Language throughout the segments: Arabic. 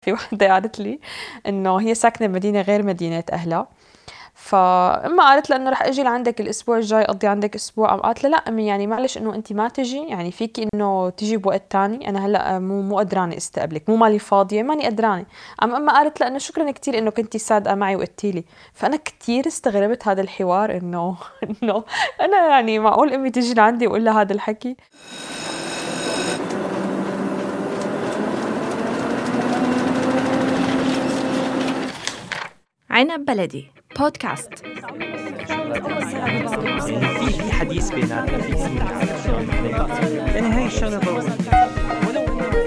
في وحدة قالت لي إنه هي ساكنة بمدينة غير مدينة أهلها، فأمها قالت لها إنه رح أجي لعندك الأسبوع الجاي أقضي عندك أسبوع، قام قالت لها لأ أمي يعني معلش إنه أنتِ ما تجي، يعني فيكي إنه تجي بوقت تاني، أنا هلأ مو قدرانة استقبلك، مو مالي فاضية ماني قدرانة. قام أمها قالت لها إنه شكرا كتير إنه كنتي صادقة معي وقلتي لي. فأنا كتير استغربت هذا الحوار إنه إنه أنا يعني معقول أمي تجي لعندي وأقول لها هذا الحكي؟ عنب بلدي بودكاست. يعني في حديث بيناتنا في يعني هاي الشغله ضروريه ولو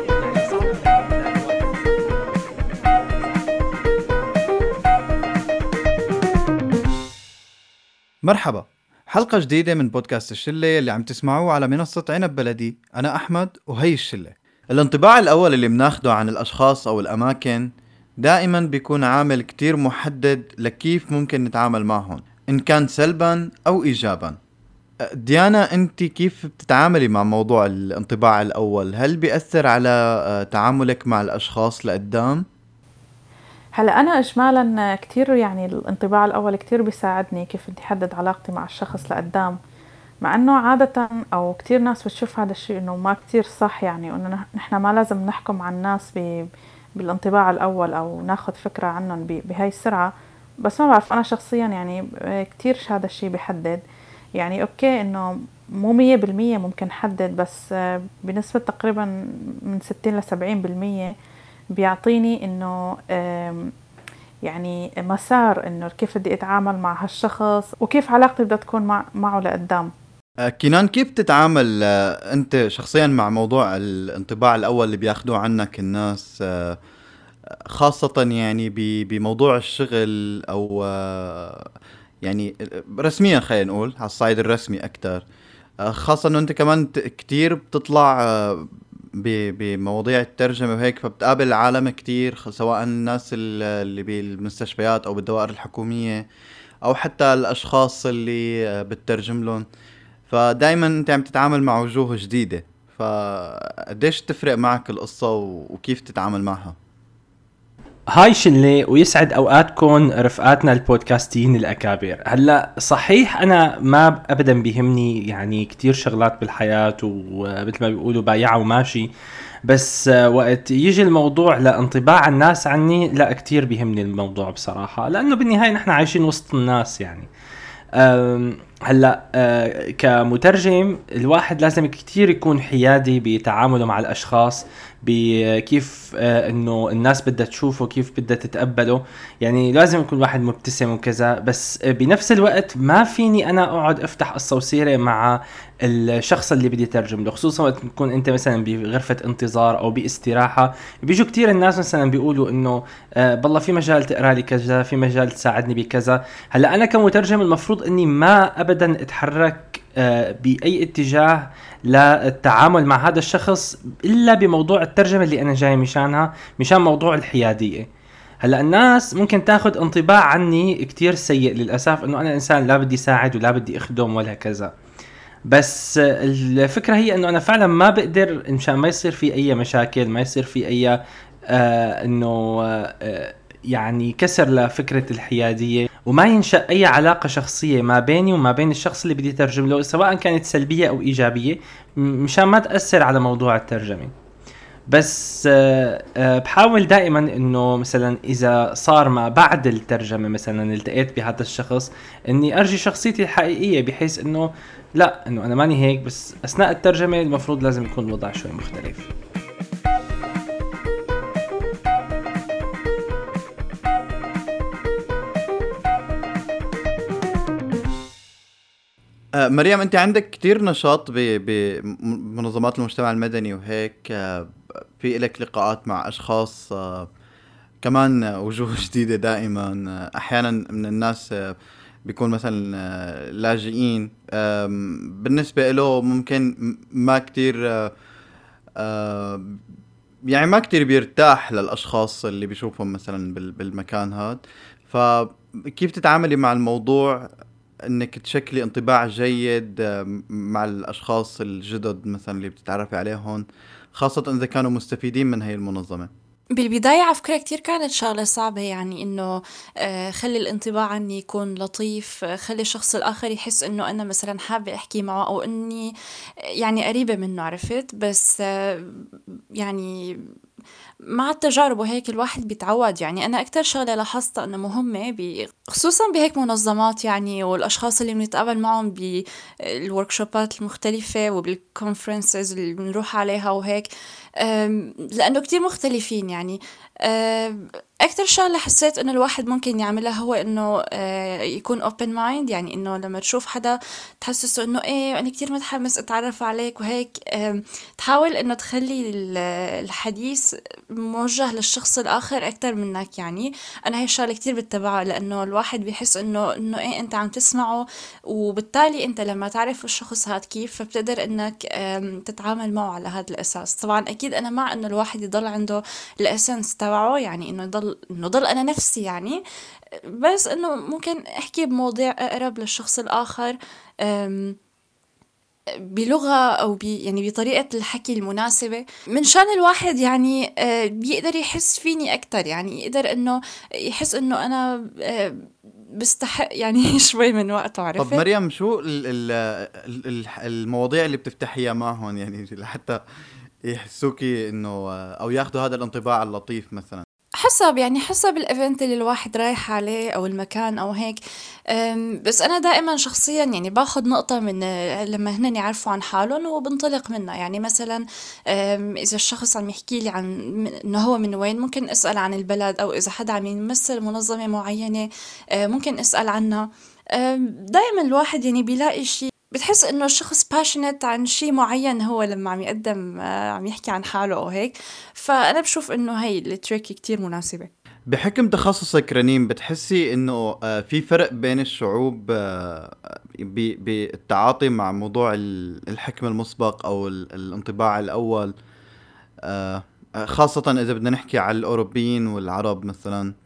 مرحبا، حلقة جديدة من بودكاست الشلة اللي عم تسمعوه على منصة عنب بلدي. أنا أحمد وهي الشلة. الانطباع الأول اللي بناخده عن الأشخاص أو الأماكن دائما بيكون عامل كتير محدد لكيف ممكن نتعامل معهم، إن كان سلبا أو إيجابا. ديانا، أنت كيف بتتعاملي مع موضوع الانطباع الأول؟ هل بيأثر على تعاملك مع الأشخاص لقدام؟ هلا أنا إجمالا كتير يعني الانطباع الأول كتير بيساعدني كيف بدي أحدد علاقتي مع الشخص لقدام، مع إنه عادة أو كتير ناس بتشوف هذا الشيء إنه ما كتير صح، يعني إنه نحنا ما لازم نحكم على الناس بالانطباع الأول أو ناخد فكرة عنهم بهاي السرعة. بس ما بعرف، أنا شخصيا يعني كتير هذا الشيء بيحدد، يعني أوكي إنه مو 100% ممكن حدد، بس بنسبة تقريبا من 60 ل70% بيعطيني إنه يعني مسار إنه كيف بدي أتعامل مع هالشخص وكيف علاقتي بدها تكون معه لقدام. كنان، كيف تتعامل أنت شخصيا مع موضوع الانطباع الأول اللي بياخدوه عنك الناس، خاصة يعني بموضوع الشغل أو يعني رسميا، خلينا نقول على الصعيد الرسمي أكتر، خاصة أنه أنت كمان كتير بتطلع بمواضيع الترجمة وهيك، فبتقابل العالم كتير، سواء الناس اللي بالمستشفيات أو بالدوائر الحكومية أو حتى الأشخاص اللي بتترجم لهم. فدايما أنت عم تتعامل مع وجوه جديدة، فقديش تفرق معك القصة وكيف تتعامل معها؟ هاي شلة ويسعد اوقاتكم رفقاتنا البودكاستيين الاكابر. هلا صحيح انا ما ابدا بيهمني يعني كتير شغلات بالحياة، ومثل ما بيقولوا بايعة وماشي، بس وقت يجي الموضوع لانطباع الناس عني لا كتير بيهمني الموضوع بصراحة، لانه بالنهاية نحن عايشين وسط الناس يعني. هلا كمترجم الواحد لازم كتير يكون حيادي بتعامله مع الاشخاص، بكيف انه الناس بدها تشوفه، كيف بدها تتقبله. يعني لازم يكون الواحد مبتسم وكذا، بس بنفس الوقت ما فيني انا اقعد افتح قصة وسيرة مع الشخص اللي بدي ترجم له، خصوصا وقت تكون انت مثلا بغرفة انتظار او باستراحة. بيجوا كتير الناس مثلا بيقولوا انه بالله في مجال تقرا لي كذا، في مجال تساعدني بكذا. هلا انا كمترجم المفروض اني ما ابدا اتحرك باي اتجاه للتعامل مع هذا الشخص الا بموضوع الترجمه اللي انا جاي مشانها، مشان موضوع الحياديه. هلا الناس ممكن تاخذ انطباع عني كتير سيء للاسف، انه انا انسان لا بدي ساعد ولا بدي اخدم ولا كذا. بس الفكره هي انه انا فعلا ما بقدر، مشان ما يصير في اي مشاكل، ما يصير في اي انه يعني كسر لفكرة الحيادية، وما ينشأ أي علاقة شخصية ما بيني وما بين الشخص اللي بدي ترجم له، سواء كانت سلبية أو إيجابية، مشان ما تأثر على موضوع الترجمة. بس بحاول دائما انه مثلا اذا صار ما بعد الترجمة مثلا التقيت بهذا الشخص، اني ارجي شخصيتي الحقيقية، بحيث انه لا، انه انا ماني هيك، بس اثناء الترجمة المفروض لازم يكون الوضع شوي مختلف. مريم، انت عندك كتير نشاط بمنظمات المجتمع المدني وهيك، في لك لقاءات مع اشخاص، كمان وجوه جديدة دائما، احيانا من الناس بيكون مثلا لاجئين، بالنسبة له ممكن ما كتير يعني ما كتير بيرتاح للاشخاص اللي بيشوفهم مثلا بالمكان هذا. فكيف تتعاملي مع الموضوع انك تشكلي انطباع جيد مع الاشخاص الجدد مثلا اللي بتتعرفي عليهم، خاصة اذا كانوا مستفيدين من هاي المنظمة؟ بالبداية على فكرة كتير كانت شغلة صعبة، يعني إنه خلي الانطباع عني يكون لطيف، خلي الشخص الآخر يحس إنه أنا مثلا حابة أحكي معه أو إني يعني قريبة منه، عرفت؟ بس يعني مع التجارب وهيك الواحد بيتعود. يعني أنا أكتر شغلة لاحظتها إنه مهمة خصوصا بهيك منظمات يعني، والأشخاص اللي بنتقابل معهم بالوركشوبات المختلفة وبالكونفرنسز اللي بنروح عليها وهيك، لأنه كتير مختلفين يعني. أكتر شغلة حسيت إنه الواحد ممكن يعملها هو إنه يكون open mind، يعني إنه لما تشوف حدا تحسسه إنه إيه أنا كتير متحمس أتعرف عليك وهيك، تحاول إنه تخلي الحديث موجه للشخص الآخر أكتر منك. يعني أنا هاي الشغلة كتير بتبعها، لأنه الواحد بيحس إنه إيه أنت عم تسمعه، وبالتالي أنت لما تعرف الشخص هاد كيف فبتقدر إنك تتعامل معه على هذا الأساس. طبعا أكيد أنا مع إنه الواحد يضل عنده الأسنس تبعه، يعني إنه يضل أنا نفسي يعني، بس إنه ممكن أحكي بمواضيع أقرب للشخص الآخر، أم، بلغة أو يعني بطريقة الحكي المناسبة، من شان الواحد يعني بيقدر يحس فيني أكتر، يعني يقدر إنه يحس إنه أنا بستحق يعني شوي من وقته، طب عرفت؟ مريم، شو المواضيع اللي بتفتحيها معهم يعني لحتى يحسوكي انه او ياخذوا هذا الانطباع اللطيف مثلا؟ حسب يعني حسب الايفنت اللي الواحد رايح عليه او المكان او هيك. بس انا دائما شخصيا يعني باخذ نقطة من لما هن يعرفوا عن حالهم وبنطلق منها. يعني مثلا اذا الشخص عم يحكي لي عن انه هو من وين، ممكن اسأل عن البلد، او اذا حدا عم يمثل منظمة معينة ممكن اسأل عنها. دائما الواحد يعني بيلاقي شيء، بتحس انه الشخص passionate عن شيء معين هو لما عم يقدم عم يحكي عن حاله او هيك. فانا بشوف انه هي التريك كتير مناسبة. بحكم تخصصك رنيم، بتحسي انه في فرق بين الشعوب بالتعاطي مع موضوع الحكم المسبق او الانطباع الاول، خاصة اذا بدنا نحكي على الاوروبيين والعرب مثلا،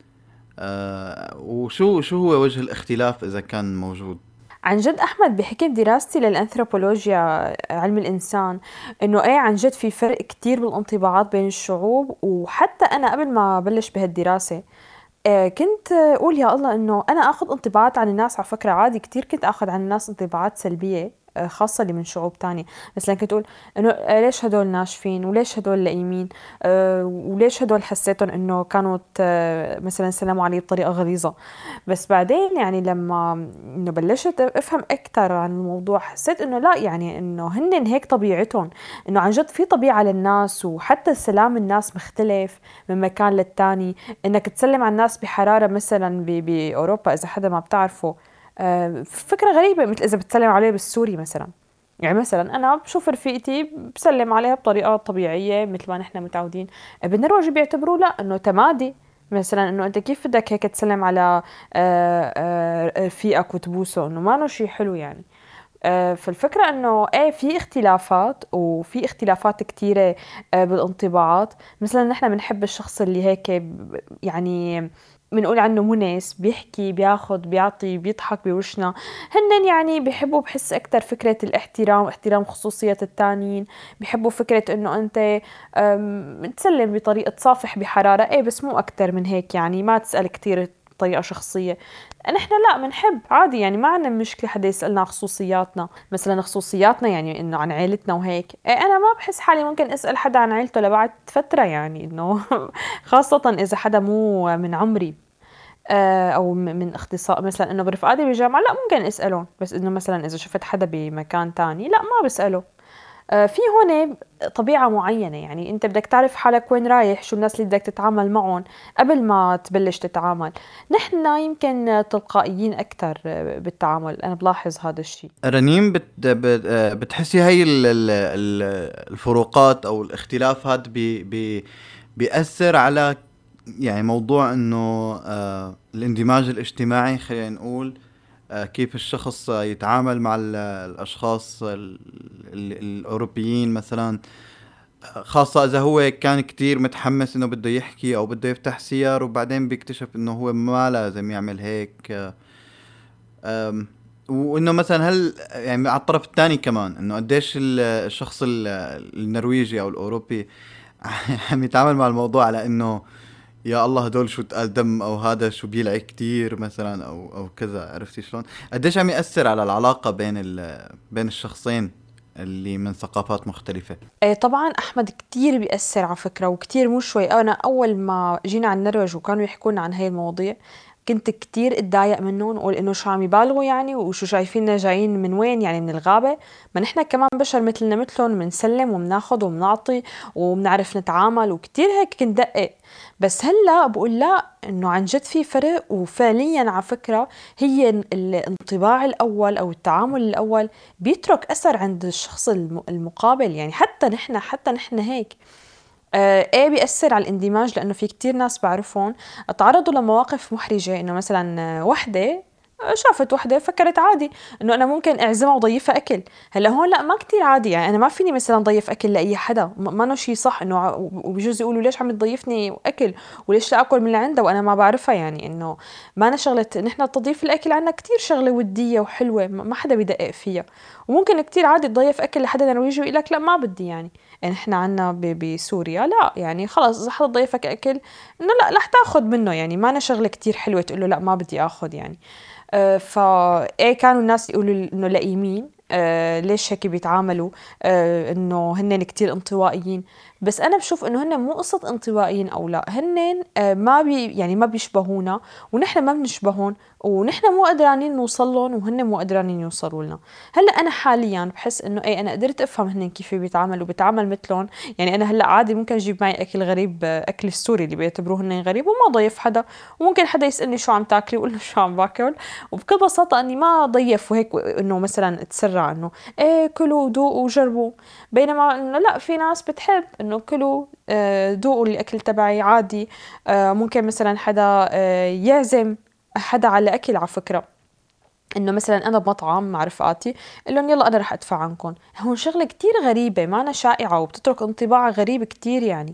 وشو هو وجه الاختلاف اذا كان موجود؟ عن جد أحمد، بحكم دراستي للأنثروبولوجيا علم الإنسان، إنه إيه عن جد في فرق كتير بالانطباعات بين الشعوب. وحتى أنا قبل ما بلش بهالدراسة كنت أقول يا الله إنه أنا أخذ انطباعات عن الناس. على فكرة عادي كتير كنت أخذ عن الناس انطباعات سلبية، خاصة اللي من شعوب تانية. مثلا كنت أقول إنه ليش هدول ناشفين، وليش هدول لئيمين، وليش هدول حسيتهم إنه كانوا مثلا سلموا علي بطريقة غليظة. بس بعدين يعني لما إنه بلشت أفهم أكتر عن الموضوع، حسيت إنه لا، يعني إنه هن هيك طبيعتهم، إنه عن جد في طبيعة للناس، وحتى سلام الناس مختلف من مكان للتاني. انك تسلم على الناس بحرارة مثلا بأوروبا إذا حدا ما بتعرفه، فكرة غريبة مثل إذا بتسلم عليه بالسوري مثلا. يعني مثلا أنا بشوف رفيقتي بسلم عليها بطريقة طبيعية مثل ما نحن متعودين، بالنرويج بيعتبروه لا، إنه تمادي. مثلا إنه أنت كيف بدك هيك تسلم على رفيقك وتبوسه، إنه ما إنه شيء حلو يعني. فالفكرة انه ايه في اختلافات، وفي اختلافات كتيرة بالانطباعات. مثلا نحن بنحب الشخص اللي هيك يعني بنقول عنه منس، بيحكي بياخد بيعطي بيضحك بوشنا. هن يعني بيحبوا، بحس اكتر فكرة الاحترام، احترام خصوصية التانيين. بيحبوا فكرة انه انت تسلم بطريقة تصافح بحرارة، ايه بس مو اكتر من هيك، يعني ما تسأل كتير بطريقة شخصية. نحن لا، بنحب عادي، يعني ما عندنا مشكلة حدا يسألنا عن خصوصياتنا، مثلا خصوصياتنا يعني انه عن عيلتنا وهيك. إيه انا ما بحس حالي ممكن اسأل حدا عن عيلته لبعد فترة، يعني انه خاصة اذا حدا مو من عمري، او من اختصاص، مثلا انه برفقاتي بالجامعة لا ممكن اسألهم، بس انه مثلا اذا شفت حدا بمكان تاني لا ما بسأله. في هون طبيعة معينة، يعني أنت بدك تعرف حالك وين رايح، شو الناس اللي بدك تتعامل معهم قبل ما تبلش تتعامل. نحن يمكن تلقائيين أكتر بالتعامل، أنا بلاحظ هذا الشيء. رنيم، بتحسي هاي الفروقات او الاختلاف هذا بيأثر على يعني موضوع انه الاندماج الاجتماعي، خلينا نقول كيف الشخص يتعامل مع الاشخاص الاوروبيين مثلا، خاصة اذا هو كان كتير متحمس انه بده يحكي او بده يفتح سير، وبعدين بيكتشف انه هو ما لازم يعمل هيك. وانه مثلا هل يعني على الطرف الثاني كمان انه قديش الشخص النرويجي او الاوروبي عم يتعامل مع الموضوع على انه يا الله هدول شو تقال دم، او هذا شو بيلعب كتير مثلا، او كذا. عرفتي شلون؟ قديش عم يأثر على العلاقة بين الشخصين اللي من ثقافات مختلفة؟ طبعا أحمد كتير بيأثر على فكرة، وكتير مو شوي. أنا أول ما جينا على النرويج وكانوا يحكونا عن هاي المواضيع كنت كتير اتضايق منهم وقول إنه شو عم يبالغوا يعني، وشو شايفيننا جايين من وين يعني، من الغابة. ما نحنا كمان بشر مثلنا مثلهم، منسلم ومناخد ومنعطي ومنعرف نتعامل، وكتير هيك كنت دقق. بس هلا بقول لا، إنه عن جد في فرق، وفعليا على فكرة هي الانطباع الأول أو التعامل الأول بيترك أثر عند الشخص المقابل. يعني حتى نحن هيك. ايه بيأثر على الاندماج، لأنه في كتير ناس بعرفهم تعرضوا لمواقف محرجة، إنه مثلا وحدة شافت وحدة فكرت عادي إنه أنا ممكن أعزمها وضيفها أكل. هلا هون لا، ما كتير عادي يعني. أنا ما فيني مثلا ضيف أكل لأي حدا، ما إنه شيء صح إنه وبجوز يقولوا ليش عم تضيفني أكل وليش لا أكل من اللي عندها وأنا ما بعرفها. يعني إنه ما أنا شغلة نحن تضيف الأكل عنا كتير شغلة ودية وحلوة، ما حدا بيدقق فيها. وممكن كتير عادي تضيف أكل لحدا نرويجي ويقول لك لا ما بدي يعني. يعني احنا عنا بسوريا لا، يعني خلص إذا حدا ضيفك أكل إنه لا رح تاخد منه، يعني ما أنا شغلة كتير حلوة تقول له لا ما بدي آخد يعني. فايه كانوا الناس يقولوا انه لئيمين، ليش هيك بيتعاملوا، انه هن كتير انطوائيين. بس انا بشوف انه هن مو قصة انطوائيين او لا، هن ما يعني ما بيشبهونا ونحن ما بنشبهون، ونحن مو قدرانين نوصل لهم وهن مو قدرانين يوصلوا لنا. هلا انا حاليا بحس انه ايه انا قدرت افهم هن كيف بيتعاملوا وبتعامل مثلهم. يعني انا هلا عادي ممكن اجيب معي اكل غريب، اكل السوري اللي بيعتبروه هن غريب، وما ضيف حدا. وممكن حدا يسالني شو عم تاكلي واقول له شو عم باكل، وبكل بساطة أني ما ضيف وهيك إنه مثلا تسرع إنه إيه كلوا دوقوا وجربوا. بينما إنه لا، في ناس بتحب إنه كلوا دوقوا الأكل تبعي عادي. ممكن مثلا حدا يعزم حدا على أكل. على فكرة إنه مثلا أنا بمطعم مع رفقاتي قال لهم يلا أنا رح أدفع عنكم. هون شغلة كتير غريبة، ما أنا شائعة وبتترك انطباع غريب كتير يعني.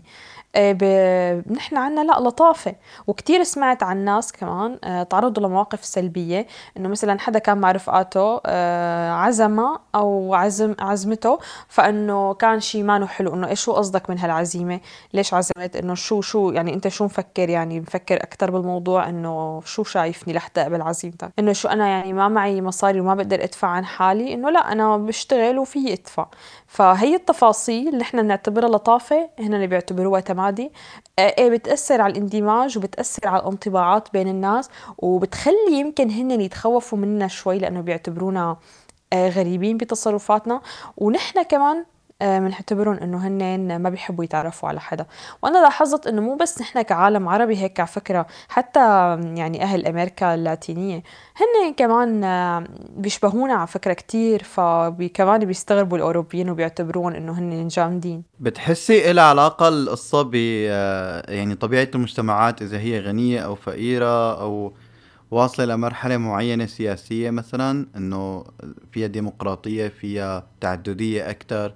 نحن عنا لا لطافة. وكتير سمعت عن ناس كمان تعرضوا لمواقف سلبية، إنه مثلا حدا كان مع رفقاته عزمه أو عزمته، فإنه كان شي مانو حلو، إنه إيش شو قصدك من هالعزيمة، ليش عزمت، إنه شو يعني أنت شو مفكر، يعني مفكر أكتر بالموضوع، إنه شو شايفني لحتى أقبل عزيمتك، إنه شو أنا يعني ما معي مصاري وما بقدر أدفع عن حالي، إنه لا أنا بشتغل وفي أدفع. فهي التفاصيل اللي احنا بنعتبرها لطافة هن اللي بيعتبروها تمادي. ايه بتأثر على الاندماج وبتأثر على الانطباعات بين الناس، وبتخلي يمكن هن يتخوفوا منا شوي لأنه بيعتبرونا غريبين بتصرفاتنا. ونحن كمان بنعتبرهم انه هن ما بيحبوا يتعرفوا على حدا. وانا لاحظت انه مو بس نحن كعالم عربي هيك، على فكرة حتى يعني اهل امريكا اللاتينية هن كمان بيشبهونا على فكرة كتير، فكمان بيستغربوا الاوروبيين وبيعتبرون انه هن جامدين. بتحسي إلها علاقة القصة يعني طبيعة المجتمعات، إذا هي غنية أو فقيرة، أو واصلة لمرحلة معينة سياسية مثلا، إنه فيها ديمقراطية، فيها تعددية أكتر؟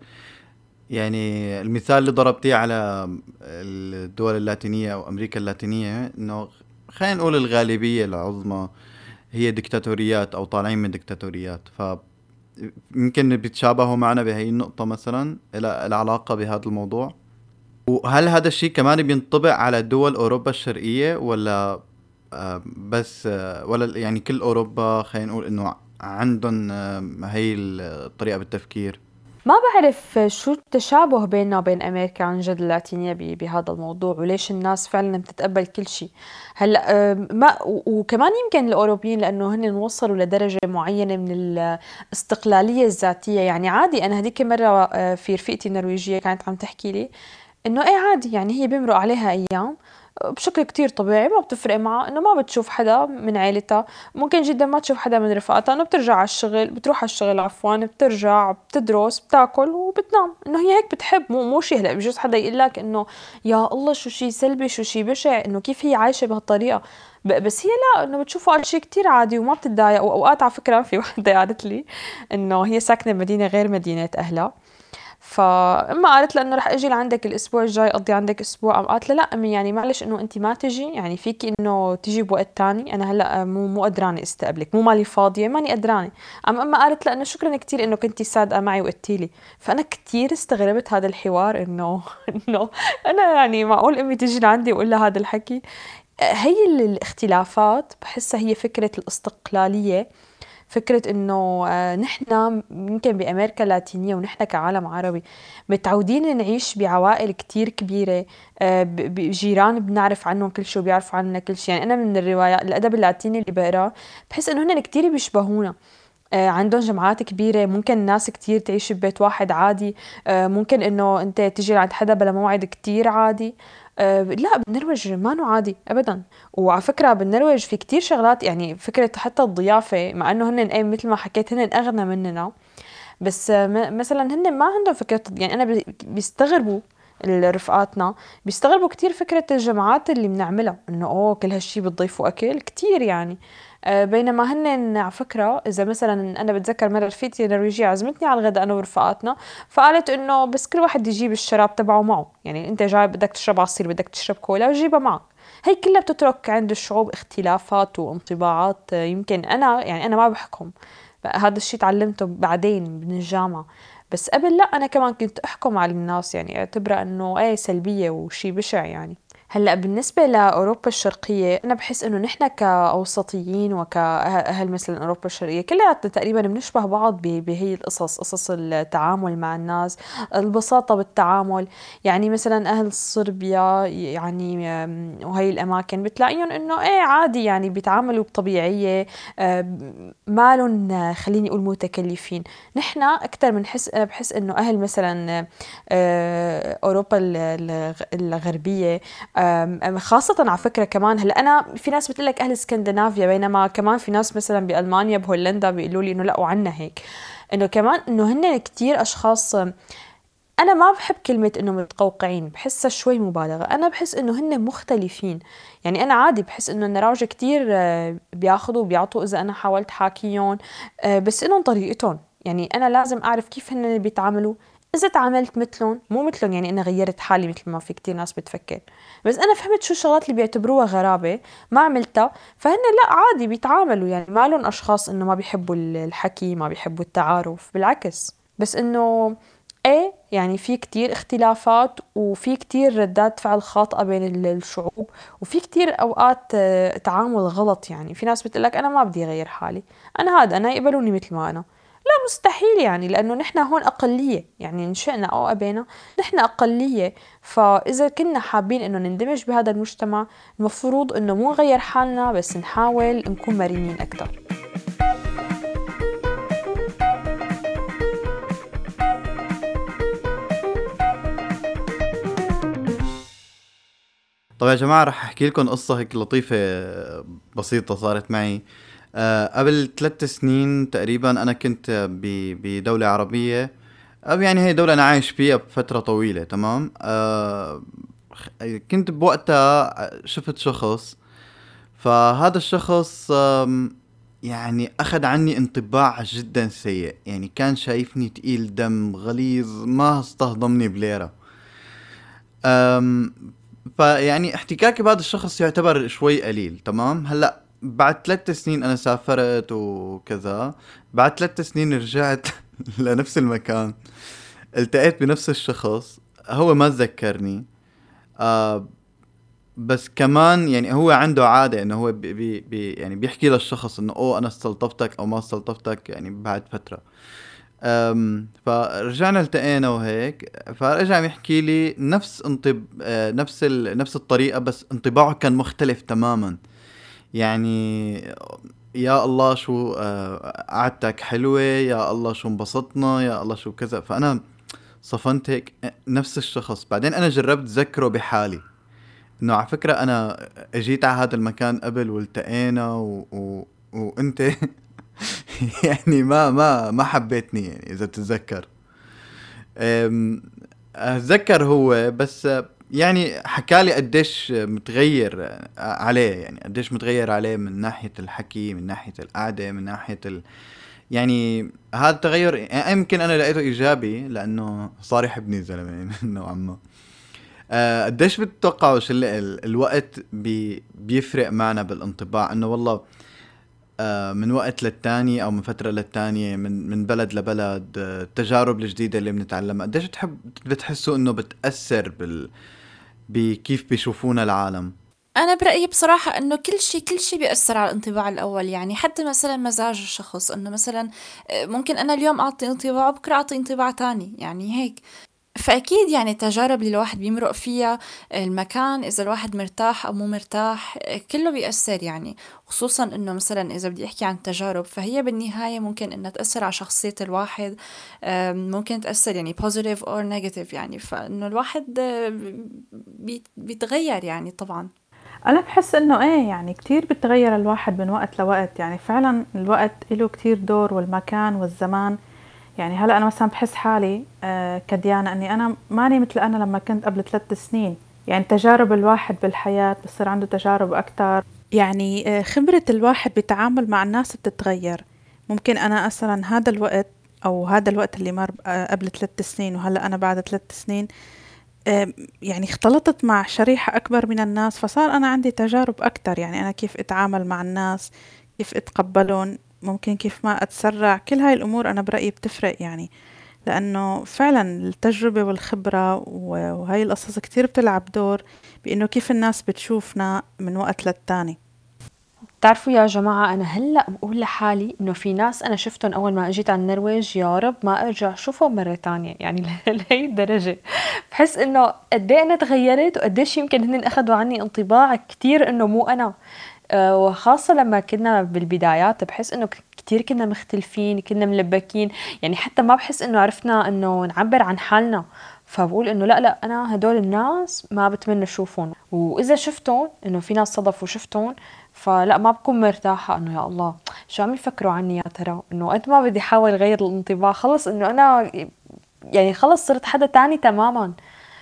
يعني المثال اللي ضربتيه على الدول اللاتينية أو أمريكا اللاتينية، إنه خلينا نقول الغالبية العظمى هي ديكتاتوريات أو طالعين من ديكتاتوريات، فيمكن بيتشابهوا معنا بهي النقطة مثلا. إلى العلاقة بهذا الموضوع؟ وهل هذا الشيء كمان بينطبق على دول أوروبا الشرقية، ولا بس ولا يعني كل أوروبا خلينا نقول إنه عندهم هي الطريقة بالتفكير؟ ما بعرف شو التشابه بيننا وبين أمريكا عن جد اللاتينية بهذا الموضوع، وليش الناس فعلا بتتقبل كل شيء. هلا ما وكمان يمكن الأوروبيين لأنه هن وصلوا لدرجة معينة من الاستقلالية الذاتية. يعني عادي، أنا هديك مرة في رفيقتي النرويجية كانت عم تحكي لي إنه إيه عادي، يعني هي بيمرق عليها أيام بشكل كتير طبيعي ما بتفرق معها، انه ما بتشوف حدا من عيلتها، ممكن جدا ما تشوف حدا من رفقاتها، انه بترجع على الشغل، بتروح على الشغل عفوا، بترجع بتدرس بتاكل وبتنام، انه هي هيك بتحب. مو شيء. هلا بجوز حدا يقول لك انه يا الله شو شيء سلبي شو شيء بشع انه كيف هي عايشه بهالطريقه، بس هي لا، انه بتشوفه شيء كتير عادي وما بتتضايق. واوقات على فكره في وحده قالت لي انه هي ساكنه بمدينه غير مدينه اهلها، فاما قالت لها انه رح اجي لعندك الاسبوع الجاي اقضي عندك اسبوع، قالت لها لا امي يعني معلش انه انت ما تجي، يعني فيكي انه تجي بوقت تاني، انا هلا مو قدرانه استقبلك، مو مالي فاضيه، ماني قدرانه. اما قالت لها انه شكرا كتير انه كنتي صادقه معي وقلتي لي. فانا كتير استغربت هذا الحوار انه انه انا يعني معقول امي تجي لعندي واقول لها هذا الحكي. هي الاختلافات بحسها هي فكره الاستقلاليه، فكرة إنه نحن يمكن بأمريكا اللاتينية ونحن كعالم عربي متعودين نعيش بعوائل كتير كبيرة، جيران بنعرف عنهم كل شيء وبيعرفوا عنا كل شيء. يعني أنا من الروايات الأدب اللاتيني اللي بقراه بحس إنه هن كتير بيشبهونا. عندهم جماعات كبيرة، ممكن ناس كتير تعيش ببيت واحد عادي، ممكن إنه أنت تيجي عند حدا بلا موعد كتير عادي. لا بالنرويج ما نو عادي أبدا. وعلى فكرة بالنرويج في كتير شغلات، يعني فكرة حتى الضيافة، مع إنه هن مثل ما حكيت هن أغنى مننا، بس مثلا هن ما عندهم فكرة، يعني أنا بيستغربوا رفقاتنا، بيستغربوا كتير فكرة الجماعات اللي بنعملها، إنه أوه كل هالشي بتضيفوا أكل كتير يعني. بينما هن على فكرة إذا مثلا أنا بتذكر مرة رفيقتي نرويجية عزمتني على الغداء أنا ورفقاتنا، فقالت إنه بس كل واحد يجيب الشراب تبعه معه، يعني أنت جاي بدك تشرب عصير بدك تشرب كولا وجيبها معك. هي كلها بتترك عند الشعوب اختلافات وانطباعات، يمكن أنا يعني أنا ما بحكم، هذا الشيء تعلمته بعدين من الجامعة، بس قبل لا أنا كمان كنت أحكم على الناس، يعني اعتبرها إنه أي سلبية وشي بشع يعني. هلأ بالنسبة لأوروبا الشرقية أنا بحس إنه نحن كأوسطيين وكأهل مثلا أوروبا الشرقية كلياتنا تقريبا بنشبه بعض بهي القصص، قصص التعامل مع الناس، البساطة بالتعامل. يعني مثلا أهل صربيا يعني وهي الأماكن بتلاقيهم إنه إيه عادي، يعني بيتعاملوا بطبيعية، مالهم خليني أقول متكلفين. نحن أكتر من أنا بحس إنه أهل مثلا أوروبا الغربية، خاصة على فكرة كمان هلا أنا في ناس بتقلك أهل اسكندنافيا، بينما كمان في ناس مثلا بألمانيا بهولندا بيقولوا لي إنه لا وعنا هيك، إنه كمان إنه هن كتير أشخاص. أنا ما بحب كلمة إنه متقوقعين، بحسها شوي مبالغة، أنا بحس إنه هن مختلفين. يعني أنا عادي بحس إنه النراوجة كتير بياخدوا وبيعطوا إذا أنا حاولت حاكيهم، بس إنهم طريقتهم، يعني أنا لازم أعرف كيف هن بيتعاملوا. إذا تعاملت مثلهم مو مثلهم يعني أنا غيرت حالي مثل ما في كتير ناس بتفكر، بس أنا فهمت شو الشغلات اللي بيعتبروها غرابة ما عملتها، فهن لا عادي بيتعاملوا، يعني ما لهم أشخاص إنه ما بيحبوا الحكي ما بيحبوا التعارف، بالعكس. بس إنه ايه يعني في كتير اختلافات وفي كتير ردات فعل خاطئة بين الشعوب، وفي كتير اوقات تعامل غلط. يعني في ناس بتقولك انا ما بدي اغير حالي، انا هذا انا يقبلوني مثل ما انا. لا مستحيل، يعني لانه نحن هون اقلية، يعني نشأنا او ابينا نحن اقلية. فاذا كنا حابين انه نندمج بهذا المجتمع المفروض انه مو نغير حالنا بس نحاول نكون مرنين اكتر. طب يا جماعة رح أحكي لكم قصة هيك لطيفة بسيطة صارت معي. قبل 3 سنين تقريبا أنا كنت بدولة عربية، أو يعني هي دولة أنا عايش فيها بفترة طويلة. تمام. كنت بوقتها شفت شخص، فهذا الشخص يعني أخذ عني انطباع جدا سيء، يعني كان شايفني تقيل دم غليظ ما استهضمني بليرة. أم فيعني احتكاكي بهذا الشخص يعتبر شوي قليل. تمام. هلا بعد 3 سنين انا سافرت وكذا، بعد 3 سنين رجعت لنفس المكان، التقيت بنفس الشخص، هو ما تذكرني. آه بس كمان يعني هو عنده عادة انه هو يعني بيحكي للشخص انه اوه انا استلطفتك او ما استلطفتك يعني بعد فترة. فرجعنا التقينا وهيك، فرجع يحكي لي نفس نفس الطريقة، بس انطباعه كان مختلف تماما. يعني يا الله شو قعدتك حلوة، يا الله شو انبسطنا، يا الله شو كذا. فأنا صفنت هيك نفس الشخص. بعدين أنا جربت ذكره بحالي انه على فكرة انا اجيت على هذا المكان قبل والتقينا وانت يعني ما حبيتني، يعني اذا تتذكر. اتذكر هو بس يعني حكالي قديش متغير عليه، يعني قديش متغير عليه من ناحية الحكي، من ناحية القعدة، من ناحية يعني هذا التغير يعني يمكن انا لقيته ايجابي لانه صار يحبني زلمه نوعا ما. قديش بتتوقعوا شو الوقت بيفرق معنا بالانطباع؟ انه والله من وقت للتاني او من فتره للتانيه، من بلد لبلد، التجارب الجديده اللي بنتعلمها قديش بتحسوا انه بتاثر بكيف بيشوفونا العالم؟ أنا برأيي بصراحة إنه كل شي بيأثر على الانطباع الأول، يعني حتى مثلا مزاج الشخص، إنه مثلا ممكن أنا اليوم أعطي انطباع وبكرة أعطي انطباع تاني، يعني هيك. فأكيد يعني التجارب اللي الواحد بيمرق فيها، المكان، إذا الواحد مرتاح أو مو مرتاح، كله بيأثر يعني. خصوصا إنه مثلا إذا بدي أحكي عن تجارب، فهي بالنهاية ممكن إنها تأثر على شخصية الواحد، ممكن تأثر يعني positive or negative، يعني فإنه الواحد بيتغير يعني طبعا. أنا بحس إنه إيه يعني كتير بتغير الواحد من وقت لوقت، يعني فعلا الوقت له كتير دور، والمكان والزمان. يعني هلأ أنا مثلا بحس حالي كديانة أني أنا ماني مثل أنا لما كنت قبل 3 سنين. يعني تجارب الواحد بالحياة بصير عنده تجارب أكتر، يعني خبرة الواحد بتعامل مع الناس بتتغير. ممكن أنا مثلا هذا الوقت أو هذا الوقت اللي مر قبل 3 سنين وهلأ أنا بعد 3 سنين يعني اختلطت مع شريحة أكبر من الناس، فصار أنا عندي تجارب أكتر. يعني أنا كيف أتعامل مع الناس، كيف أتقبلهم، ممكن كيف ما أتسرع. كل هاي الأمور أنا برأيي بتفرق، يعني لأنه فعلا التجربة والخبرة وهاي القصص كتير بتلعب دور بأنه كيف الناس بتشوفنا من وقت للتاني. بتعرفوا يا جماعة، أنا هلأ بقول لحالي إنه في ناس أنا شفتهم أول ما أجيت على النرويج، يا رب ما أرجع أشوفهم مرة تانية، يعني لهي الدرجة. بحس إنه قد إيه أنا تغيرت، وقديش يمكن هن أخذوا عني انطباع كتير إنه مو أنا. وخاصة لما كنا بالبدايات بحس إنه كتير كنا مختلفين، كنا ملبكين، يعني حتى ما بحس إنه عرفنا إنه نعبر عن حالنا. فبقول إنه لا أنا هدول الناس ما بتمنى أشوفهم، وإذا شفتهم إنه في ناس صدفوا شفتهم، فلا ما بكون مرتاحة إنه يا الله شو عم يفكروا عني يا ترى، إنه قد ما بدي أحاول أغير الانطباع، خلص إنه أنا يعني خلص صرت حدا تاني تماما.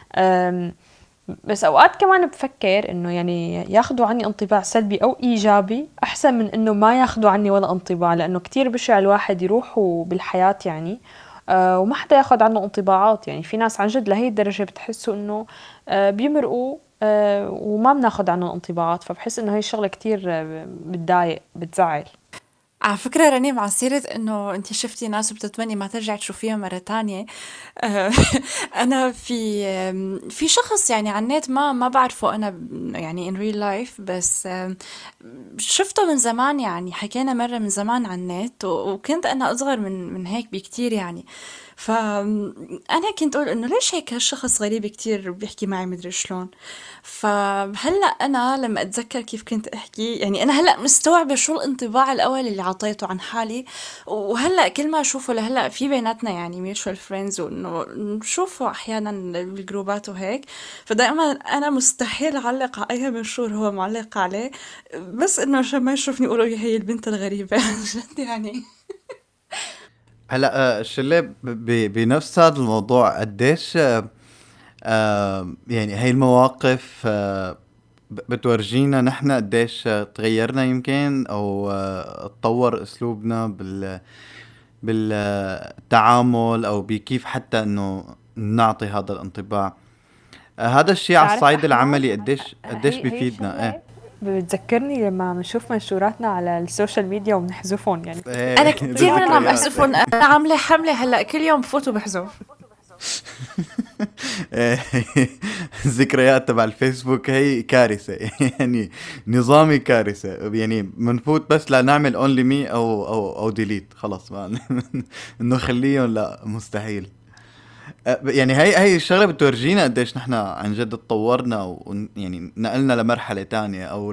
بس أوقات كمان بفكر إنه يعني ياخدوا عني انطباع سلبي أو إيجابي أحسن من إنه ما ياخدوا عني ولا انطباع، لأنه كتير بشع الواحد يروح بالحياة يعني وما حدا ياخد عنه انطباعات. يعني في ناس عن جد لهي الدرجة بتحسوا إنه بيمرقوا وما بناخد عنه انطباعات، فبحس إنه هي الشغلة كتير بتضايق بتزعل. على فكرة رنيم، على سيرة إنه أنتي شفتي ناس وبتتمني ما ترجعي تشوفيها مرة تانية، آه، أنا في شخص يعني على النت ما بعرفه أنا، يعني in real life، بس شفته من زمان، يعني حكينا مرة من زمان على النت، وكنت أنا أصغر من هيك بكتير يعني. فأنا كنت أقول إنه ليش هيك هالشخص غريب كتير بيحكي معي مدري شلون. فهلأ أنا لما أتذكر كيف كنت أحكي، يعني أنا هلأ مستوعبة شو الانطباع الأول اللي عطيته عن حالي. وهلأ كل ما أشوفه لهلأ في بيناتنا يعني mutual friends، وإنه نشوفه أحيانا بالجروبات وهيك، فدائما أنا مستحيل أعلق على أي منشور هو معلق عليه، بس إنه عشان ما يشوفني يقولوا هي البنت الغريبة عن جد يعني. هلا شلي بنفس هذا الموضوع قديش يعني هاي المواقف بتورجينا نحن قديش تغيرنا يمكن، او تطور اسلوبنا بالتعامل، او بكيف حتى انه نعطي هذا الانطباع. هذا الشيء على بتعرف الصعيد أحمد، العملي قديش هي بيفيدنا. شغلة بتذكرني لما بنشوف منشوراتنا على السوشيال ميديا وبنحذفهم يعني. أنا كتير من عم ذكريات. أحذفهم، أنا عاملة حملة هلأ كل يوم بفوت وبحذف. الذكريات تبع الفيسبوك هي كارثة. يعني نظامي كارثة، يعني منفوت بس لنعمل اونلي مي او ديليت خلص ما انه خليهم، لا مستحيل. يعني هي الشغلة بتورجينا قديش نحن عن جد تطورنا، ويعني نقلنا لمرحلة تانية او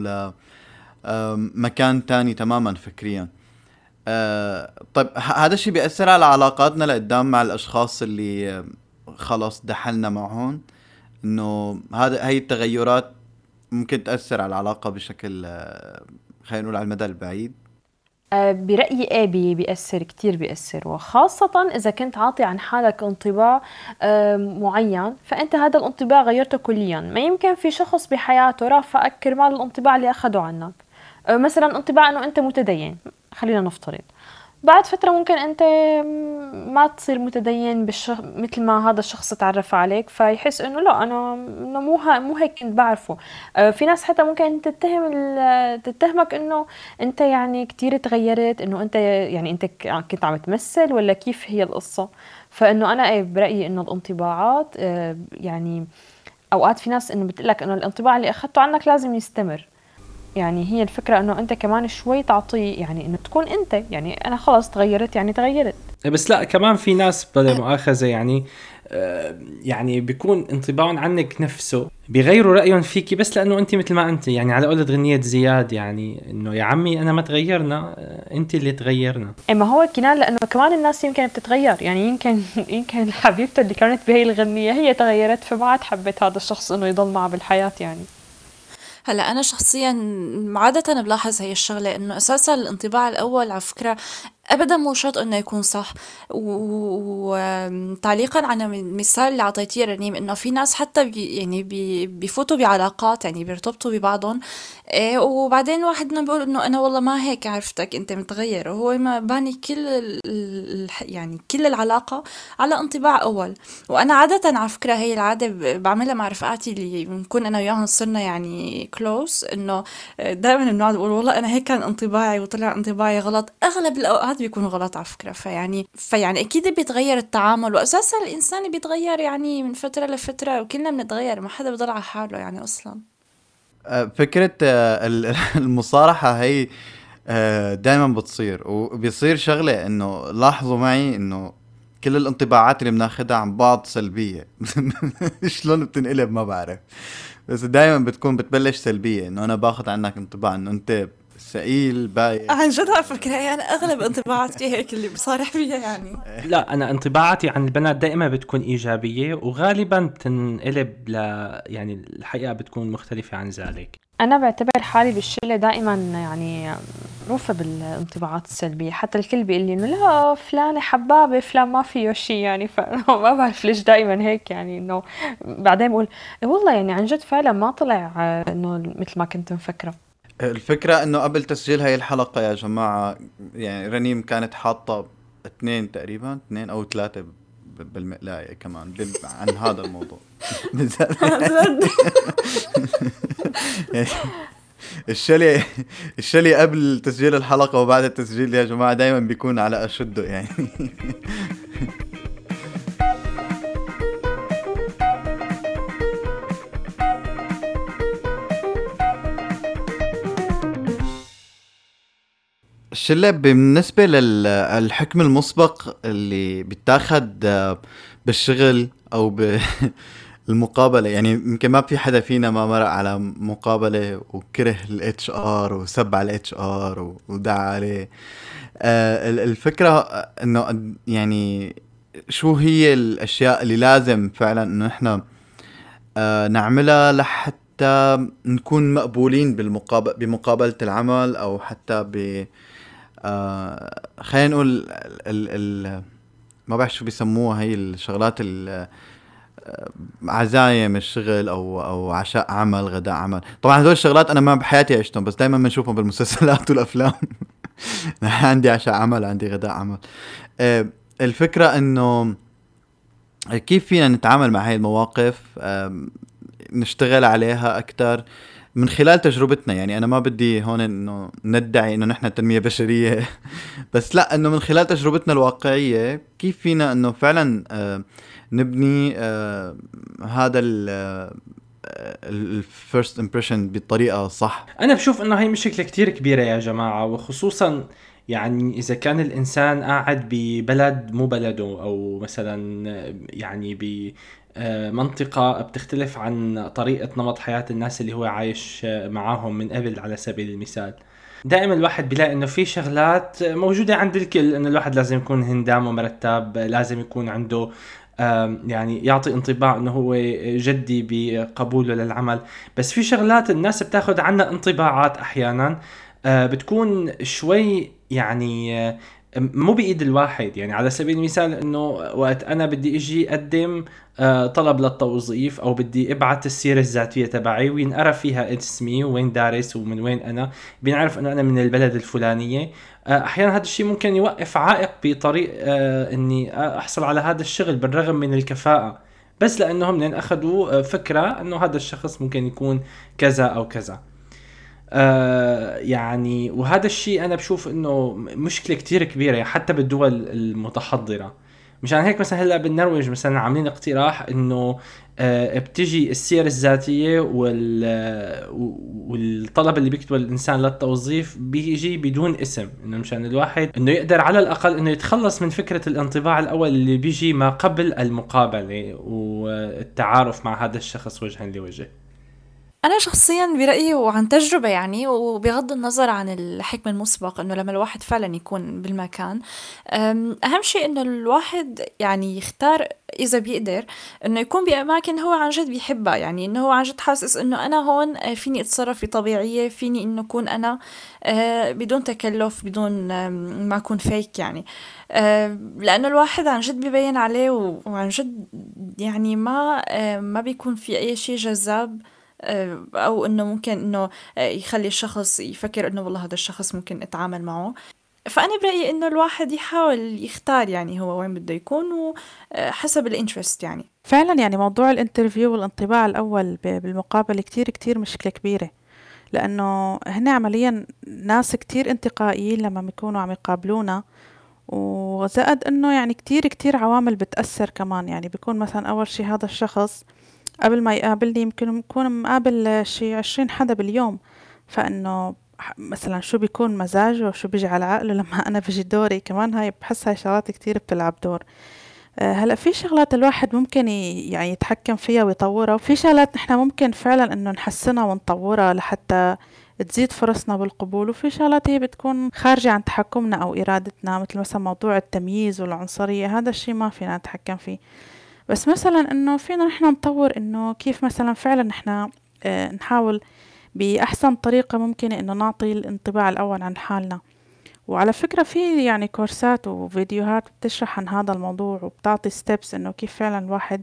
لمكان تاني تماما فكريا. طيب هذا الشيء بيأثر على علاقاتنا لقدام مع الاشخاص اللي خلاص دحلنا معهم، انه هاي التغيرات ممكن تأثر على العلاقة بشكل خلينا نقول على المدى البعيد. برأيي ايه بيأثر كتير، بيأثر، وخاصة إذا كنت عاطي عن حالك انطباع معين، فأنت هذا الانطباع غيرته كليا. ما يمكن في شخص بحياته رافقك كرمال الانطباع اللي أخده عنك، مثلا انطباع أنه أنت متدين، خلينا نفترض، بعد فترة ممكن أنت ما تصير متدين مثل ما هذا الشخص تعرف عليك، فيحس إنه لا أنا إنه مو هيك كنت بعرفه. في ناس حتى ممكن تتهمك إنه أنت يعني كتير تغيرت، إنه أنت يعني أنت كنت عم تمثل ولا كيف هي القصة. فإنه أنا برأيي إنه الانطباعات يعني أوقات في ناس إنه بتقلك إنه الانطباع اللي أخذته عنك لازم يستمر. يعني هي الفكرة إنه أنت كمان شوي تعطيه، يعني إنه تكون أنت، يعني أنا خلاص تغيرت يعني تغيرت. بس لا كمان في ناس بلا مؤاخذة يعني يعني بيكون انطباعهم عنك نفسه بيغيروا رأيهم فيكي بس لأنه أنت مثل ما أنت. يعني على قولة غنية زياد، يعني إنه يا عمي أنا ما تغيرنا، أنت اللي تغيرنا. إما هو كنان لأنه كمان الناس يمكن بتتغير، يعني يمكن حبيبته اللي كانت بهي الغنية هي تغيرت، فما عاد حبت هذا الشخص إنه يضل معه بالحياة يعني. هلا أنا شخصيا عادة بلاحظ هي الشغلة إنه أساسا الانطباع الأول على فكرة أبدا مو شرط إنه يكون صح. وتعليقا على المثال اللي عطيتيه رنيم، إنه في ناس حتى بيفوتوا بعلاقات، يعني بيرتبطوا ببعضهم وبعدين واحد منهم بيقول إنه أنا والله ما هيك عرفتك أنت متغير، وهو ما باني يعني كل العلاقة على انطباع أول. وأنا عادة على فكرة هي العادة بعملها مع رفقاتي اللي بنكون أنا وياهم صرنا يعني كلوز، إنه دائما بنقعد نقول والله أنا هيك كان انطباعي وطلع انطباعي غلط. أغلب الأوقات بيكون غلط على فكرة. فيعني أكيد بيتغير التعامل، وأساسا الإنسان بيتغير يعني من فترة لفترة، وكلنا بنتغير، ما حدا بيضل على حاله يعني أصلا. فكرة المصارحة هي دائما بتصير، وبيصير شغلة انه لاحظوا معي انه كل الانطباعات اللي بناخدها عن بعض سلبية. شلون بتنقلب ما بعرف، بس دائما بتبلش سلبية، انه انا باخد عنك انطباع انه انت ثقيل بايخ. عن جد على فكرة يعني أنا أغلب انطباعاتي هيك اللي بصارح فيها يعني. لا أنا انطباعاتي عن البنات دائما بتكون إيجابية، وغالبا بتنقلب يعني الحقيقة بتكون مختلفة عن ذلك. أنا بعتبر حالي بالشلة دائما يعني معروفة بالانطباعات السلبية، حتى الكل بيقول لي إنه لا فلانة حبابة، فلان ما فيه شيء يعني. فما بعرف ليش دائما هيك، يعني إنه بعدين بقول والله يعني عن جد فعلا ما طلع إنه مثل ما كنت مفكرة. الفكرة انه قبل تسجيل هاي الحلقة يا جماعة، يعني رنيم كانت حاطة 2 أو 3 بالمقلاية كمان عن هذا الموضوع. يعني الشلي قبل تسجيل الحلقة وبعد التسجيل يا جماعة دايما بيكون على أشده يعني. الشلة بالنسبة للحكم المسبق اللي بيتاخد بالشغل أو بالمقابلة، يعني يمكن ما في حدا فينا ما مرق على مقابلة وكره ال HR وسب على ال HR ودعا عليه. الفكرة إنه يعني شو هي الأشياء اللي لازم فعلا إنه إحنا نعملها لحتى نكون مقبولين بمقابلة العمل، أو حتى خلينا نقول ما بعرف شو بيسموها هي الشغلات عزايم الشغل او عشاء عمل، غداء عمل. طبعا هدول الشغلات انا ما بحياتي عشتهم، بس دايما بنشوفهم بالمسلسلات والافلام. عندي عشاء عمل، عندي غداء عمل. الفكرة انه كيف فينا نتعامل مع هاي المواقف، نشتغل عليها اكتر من خلال تجربتنا. يعني أنا ما بدي هون إنه ندعي إنه نحن تنمية بشرية، بس لا، إنه من خلال تجربتنا الواقعية كيف فينا إنه فعلا نبني هذا الفيرست امبريشن بطريقة صح. أنا بشوف إنه هاي مشكلة كتير كبيرة يا جماعة، وخصوصا يعني إذا كان الإنسان قاعد ببلد مو بلده، أو مثلا يعني منطقة بتختلف عن طريقة نمط حياة الناس اللي هو عايش معاهم من قبل. على سبيل المثال دائما الواحد بيلاقي انه في شغلات موجودة عند الكل، انه الواحد لازم يكون هندام ومرتب، لازم يكون عنده يعني يعطي انطباع انه هو جدي بقبوله للعمل. بس في شغلات الناس بتاخد عنها انطباعات احيانا بتكون شوي يعني مو بإيد الواحد. يعني على سبيل المثال انه وقت انا بدي اجي اقدم طلب للتوظيف او بدي ابعت السيرة الذاتية تبعي وينقرا فيها اسمي وين دارس ومن وين انا، بينعرف انه انا من البلد الفلانية. احيانا هذا الشيء ممكن يوقف عائق بطريق اني احصل على هذا الشغل بالرغم من الكفاءة، بس لانهم من اخذوا فكرة انه هذا الشخص ممكن يكون كذا او كذا. يعني وهذا الشيء انا بشوف انه مشكله كتير كبيره حتى بالدول المتحضره. مشان هيك مثلا هلا بالنرويج مثلا عاملين اقتراح انه بتجي السيرة الذاتية والطلب اللي بيكتبه الانسان للتوظيف بيجي بدون اسم، انه مشان الواحد انه يقدر على الاقل انه يتخلص من فكرة الانطباع الاول اللي بيجي ما قبل المقابلة والتعارف مع هذا الشخص وجها لوجه. أنا شخصيا برأيي وعن تجربة يعني، وبغض النظر عن الحكم المسبق إنه لما الواحد فعلا يكون بالمكان، أهم شيء إنه الواحد يعني يختار إذا بيقدر إنه يكون بأماكن هو عن جد بيحبها، يعني إنه هو عن جد حاسس إنه أنا هون فيني أتصرف بطبيعية، فيني إنه أكون أنا بدون تكلف، بدون ما أكون فيك يعني. لأنه الواحد عن جد بيبين عليه وعن جد يعني ما بيكون في أي شيء جذاب أو إنه ممكن إنه يخلي الشخص يفكر إنه والله هذا الشخص ممكن أتعامل معه. فأنا برأيي إنه الواحد يحاول يختار يعني هو وين بده يكون وحسب الانترست يعني. فعلا يعني موضوع الانترفيو والانطباع الأول بالمقابلة كتير كتير مشكلة كبيرة، لأنه هنا عمليا ناس كتير انتقائيين لما بيكونوا عم يقابلونا، وزائد إنه يعني كتير كتير عوامل بتأثر كمان. يعني بيكون مثلا أول شي هذا الشخص قبل ما يقابلني يمكن يكون مقابل شي 20 حدا باليوم، فإنه مثلا شو بيكون مزاجه وشو بيجي على عقله لما أنا بيجي دوري كمان. هاي بحس هاي شغلات كتير بتلعب دور. هلأ في شغلات الواحد ممكن يعني يتحكم فيها ويطورها، وفي شغلات نحنا ممكن فعلا إنه نحسنها ونطورها لحتى تزيد فرصنا بالقبول، وفي شغلات هي بتكون خارجة عن تحكمنا أو إرادتنا، مثل مثلا موضوع التمييز والعنصرية، هذا الشيء ما فينا نتحكم فيه. بس مثلا إنه فينا نحنا نطور إنه كيف مثلا فعلا نحنا نحاول بأحسن طريقة ممكنة إنه نعطي الانطباع الأول عن حالنا. وعلى فكرة في يعني كورسات وفيديوهات بتشرح عن هذا الموضوع وبتعطي ستيبس إنه كيف فعلا الواحد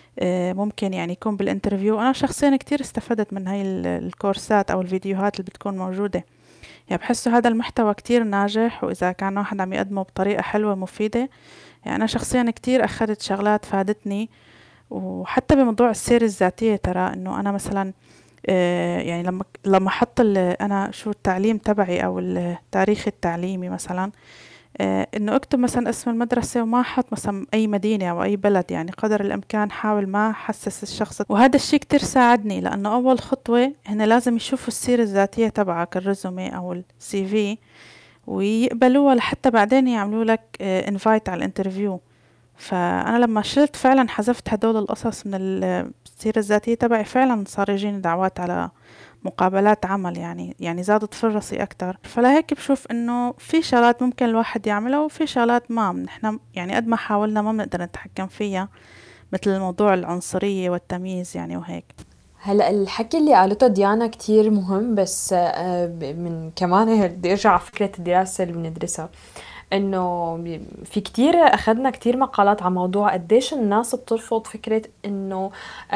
ممكن يعني يكون بالانترفيو. أنا شخصيا كتير استفدت من هاي الكورسات أو الفيديوهات اللي بتكون موجودة. يعني بحس هذا المحتوى كتير ناجح، وإذا كان واحد عم يقدمه بطريقة حلوة مفيدة. يعني أنا شخصيا كتير أخذت شغلات فادتني، وحتى بموضوع السيرة الذاتية ترى إنه أنا مثلا يعني لما أحط أنا شو التعليم تبعي أو التاريخ التعليمي مثلا، إنه أكتب مثلا اسم المدرسة وما أحط مثلا أي مدينة أو أي بلد، يعني قدر الإمكان حاول ما أحسس الشخص. وهذا الشيء كتير ساعدني، لأنه أول خطوة هنا لازم يشوفوا السيرة الذاتية تبعك، الريزومي أو السي في، ويقبلوها لحتى بعدين يعملوا لك انفايت على الانترفيو. فأنا لما شلت فعلا حذفت هدول القصص من السيرة الذاتية تبعي، فعلا صار يجيني دعوات على مقابلات عمل، يعني زادت فرصي أكتر. فلهيك بشوف إنه في شغلات ممكن الواحد يعملها وفي شغلات ما نحنا يعني قد ما حاولنا ما بنقدر نتحكم فيها، مثل موضوع العنصرية والتمييز يعني وهيك. هلا الحكي اللي قالته ديانا كتير مهم، بس من كمان بدي ارجع على فكرة الدراسة اللي بندرسها، انه في كتير اخذنا كتير مقالات عن موضوع قديش الناس بترفض فكرة انه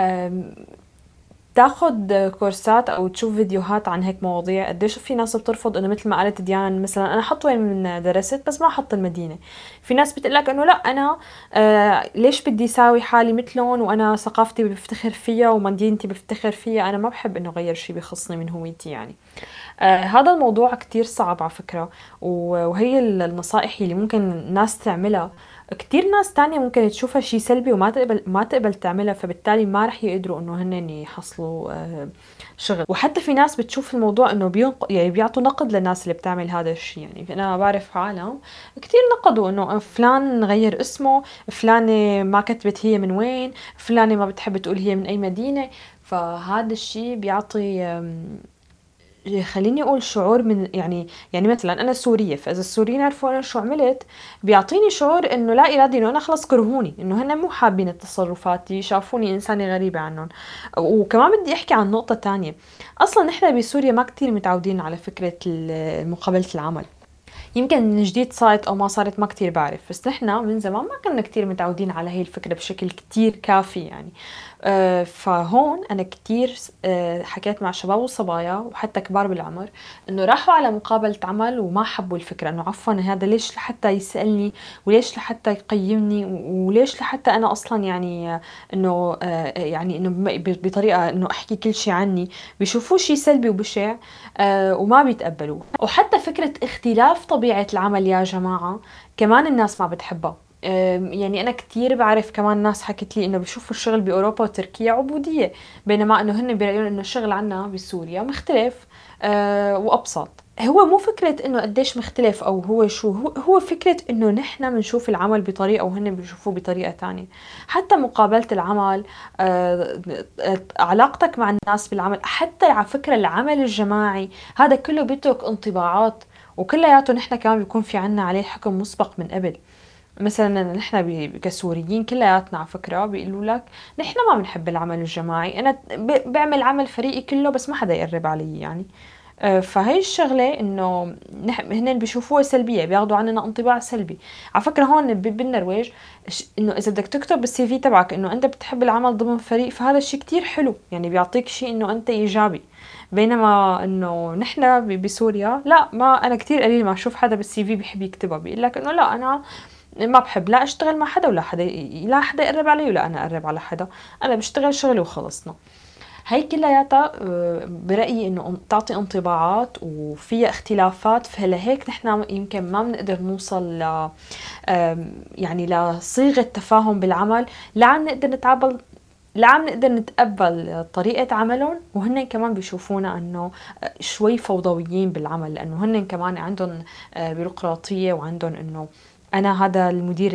تاخد كورسات او تشوف فيديوهات عن هيك مواضيع. قديش في ناس بترفض انه مثل ما قالت ديان مثلا انا حط وين من درست بس ما حط المدينة. في ناس بتقلك انه لا انا ليش بدي ساوي حالي مثلهم وانا ثقافتي بفتخر فيها ومدينتي بفتخر فيها، انا ما بحب انه غير شيء بيخصني من هويتي يعني. هذا الموضوع كتير صعب على فكرة، وهي النصائح اللي ممكن الناس تعملها كتير ناس تانية ممكن تشوفها شيء سلبي وما تقبل تعملها، فبالتالي ما رح يقدروا انه هن يحصلوا شغل. وحتى في ناس بتشوف الموضوع انه يعني بيعطوا نقد للناس اللي بتعمل هذا الشيء. يعني انا بعرف عالم كتير نقدوا انه فلان غير اسمه، فلانة ما كتبت هي من وين، فلانة ما بتحب تقول هي من اي مدينة. فهذا الشيء بيعطي خليني اقول شعور من يعني مثلا انا سوريه، فاذا السوريين عرفوا انا شو عملت بيعطيني شعور انه لا ارادي انه انا خلص كرهوني، انه هن مو حابين تصرفاتي، شافوني انسانه غريبه عنهم. وكمان بدي احكي عن نقطه تانية. اصلا نحن بسوريا ما كتير متعودين على فكره مقابله العمل. يمكن من جديد صارت أو ما صارت ما كتير بعرف، بس نحنا من زمان ما كنا كتير متعودين على هاي الفكرة بشكل كتير كافي يعني. فهون أنا كتير حكيت مع شباب وصبايا وحتى كبار بالعمر إنه راحوا على مقابلة عمل وما حبوا الفكرة، إنه عفوا هذا ليش لحتى يسألني وليش لحتى يقيمني وليش لحتى أنا أصلا يعني إنه يعني إنه بطريقة إنه أحكي كل شيء عني، بيشوفوه شيء سلبي وبشع وما بيتقبلوه. وحتى فكرة اختلاف طبيعة العمل يا جماعة كمان الناس ما بتحبها. يعني أنا كتير بعرف كمان ناس حكت لي إنه بيشوفوا الشغل بأوروبا وتركيا عبودية، بينما إنه هن برأيهم إنه الشغل عنا بسوريا مختلف وأبسط. هو مو فكرة إنه قديش مختلف أو هو شو هو فكرة إنه نحنا بنشوف العمل بطريقة وهن بيشوفوه بطريقة تانية. حتى مقابلة العمل، علاقتك مع الناس بالعمل، حتى على فكرة العمل الجماعي هذا كله بيترك انطباعات، وكلياته نحنا كمان بيكون في عنا عليه حكم مسبق من قبل. مثلا نحن كسوريين كلياتنا على فكرة بيقولوا لك نحن ما بنحب العمل الجماعي، أنا بعمل عمل فريقي كله بس ما حدا يقرب علي يعني. فهي الشغلة إنه هن بيشوفوها سلبية، بياخدوا عننا انطباع سلبي. على فكرة هون بالنرويج إنه إذا بدك تكتب بالسي في تبعك إنه أنت بتحب العمل ضمن فريق، فهذا الشيء كتير حلو يعني، بيعطيك شيء إنه أنت إيجابي. بينما إنه نحن بسوريا لا، ما أنا كتير قليل ما أشوف حدا بالسي في بيحب يكتبها، بيقول لك إنه لا أنا ما بحب لا اشتغل مع حدا ولا حدا لا حدا يقرب علي ولا انا اقرب على حدا، انا بشتغل شغلي وخلصنا. هي كلياتها برأيي انه تعطي انطباعات وفيها اختلافات، فلهيك نحن يمكن ما بنقدر نوصل ل يعني لصيغة تفاهم بالعمل، لا عم نقدر نتقبل طريقة عملهم، وهن كمان بيشوفونا انه شوي فوضويين بالعمل، لانه هن كمان عندهم بيروقراطية وعندهم انه انا هذا المدير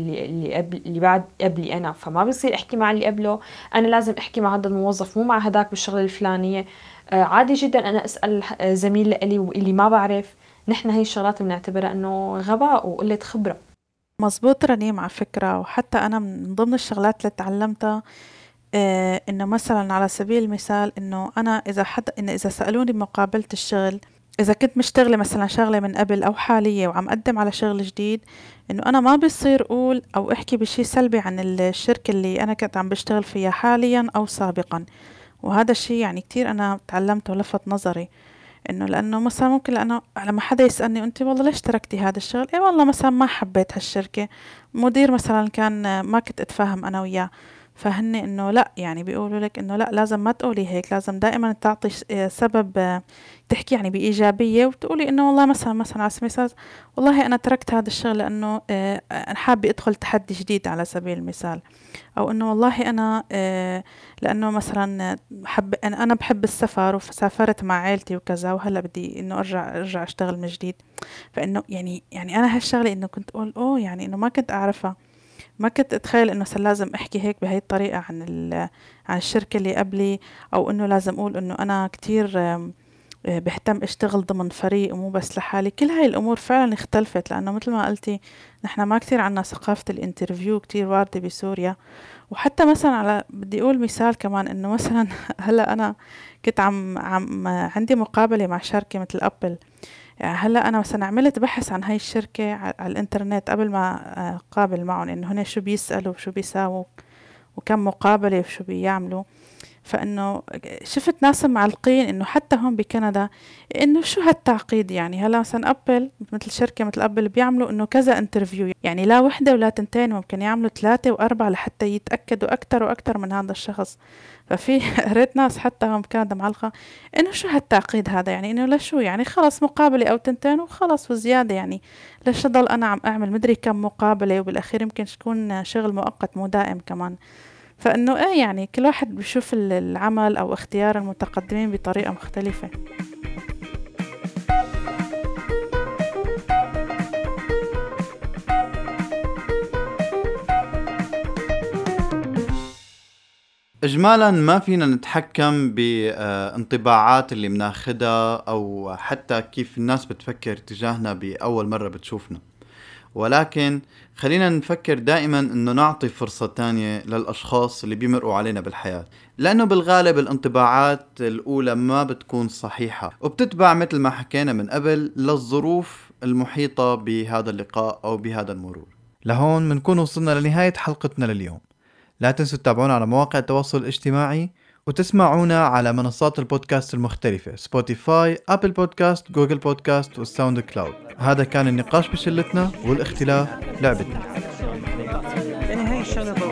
اللي بعد قبلي انا، فما بيصير احكي مع اللي قبله، انا لازم احكي مع هذا الموظف مو مع هذاك بالشغله الفلانيه. عادي جدا انا اسال زميل لي واللي ما بعرف. نحن هي الشغلات بنعتبرها انه غباء وقله خبره. مزبوط رنيم، على فكرة. وحتى أنا من ضمن الشغلات اللي تعلمتها إنه مثلا على سبيل المثال إنه أنا إذا سألوني بمقابلة الشغل إذا كنت مشتغلة مثلا شغلة من قبل أو حالية وعم أقدم على شغل جديد، إنه أنا ما بصير أقول أو أحكي بشي سلبي عن الشركة اللي أنا كنت عم بشتغل فيها حاليا أو سابقا. وهذا الشي يعني كتير أنا تعلمته ولفت نظري، إنه لأنه مثلا ممكن لأنه لما حدا يسألني أنت والله ليش تركتي هذا الشغل؟ إيه والله مثلا ما حبيت هالشركة، مدير مثلا كان ما كنت أتفاهم أنا وياه. فهن إنه لا، يعني بيقولوا لك إنه لا، لازم ما تقولي هيك، لازم دائما تعطي سبب، تحكي يعني بإيجابية وتقولي إنه والله مثلا على سبيل المثال والله أنا تركت هذا الشغل لأنه أنا حابة أدخل تحدي جديد على سبيل المثال، أو إنه والله أنا لأنه مثلا أنا بحب السفر وسافرت مع عائلتي وكذا، وهلا بدي إنه أرجع أشتغل من جديد. فإنه يعني أنا هالشغلة إنه كنت أقول يعني إنه ما كنت أعرفها، ما كنت أتخيل إنه لازم أحكي هيك بهاي الطريقة عن الشركة اللي قبلي، أو إنه لازم أقول إنه أنا كتير بهتم أشتغل ضمن فريق ومو بس لحالي. كل هاي الأمور فعلا اختلفت، لأنه مثل ما قلتي نحنا ما كتير عنا ثقافة الانترفيو كتير واردة بسوريا. وحتى مثلا بدي أقول مثال كمان إنه مثلا هلا أنا كنت عندي مقابلة مع شركة مثل أبل. يعني هلا أنا مثلا عملت بحث عن هاي الشركة على الإنترنت قبل ما قابل معهم، إنه هن شو بيسألوا وشو بيساووا وكم مقابلة وشو بيعملوا. فإنه شفت ناس معلقين إنه حتى هون بكندا إنه شو هالتعقيد، يعني هلا مثلا أبل مثل شركة مثل أبل بيعملوا إنه كذا انترفيو، يعني لا وحدة ولا تنتين، ممكن يعملوا 3 و4 لحتى يتأكدوا أكتر وأكتر من هذا الشخص. ففي قريت ناس حتى هم بكندا معلقة إنه شو هالتعقيد هذا، يعني إنه لشو، يعني خلص مقابلة أو تنتين وخلص وزيادة، يعني ليش ضل أنا عم أعمل مدري كم مقابلة وبالأخير يمكن تكون شغل مؤقت مو دائم كمان. فإنه يعني كل واحد بيشوف العمل أو اختيار المتقدمين بطريقة مختلفة. إجمالا ما فينا نتحكم بانطباعات اللي بناخدها أو حتى كيف الناس بتفكر تجاهنا بأول مرة بتشوفنا، ولكن خلينا نفكر دائما انه نعطي فرصة تانية للاشخاص اللي بيمرقوا علينا بالحياة، لانه بالغالب الانطباعات الاولى ما بتكون صحيحة وبتتبع مثل ما حكينا من قبل للظروف المحيطة بهذا اللقاء أو بهذا المرور. لهون منكون وصلنا لنهاية حلقتنا لليوم. لا تنسوا تتابعونا على مواقع التواصل الاجتماعي وتسمعونا على منصات البودكاست المختلفة: سبوتيفاي، أبل بودكاست، جوجل بودكاست والساوند كلاود. هذا كان النقاش بشلتنا، والاختلاف لعبتنا.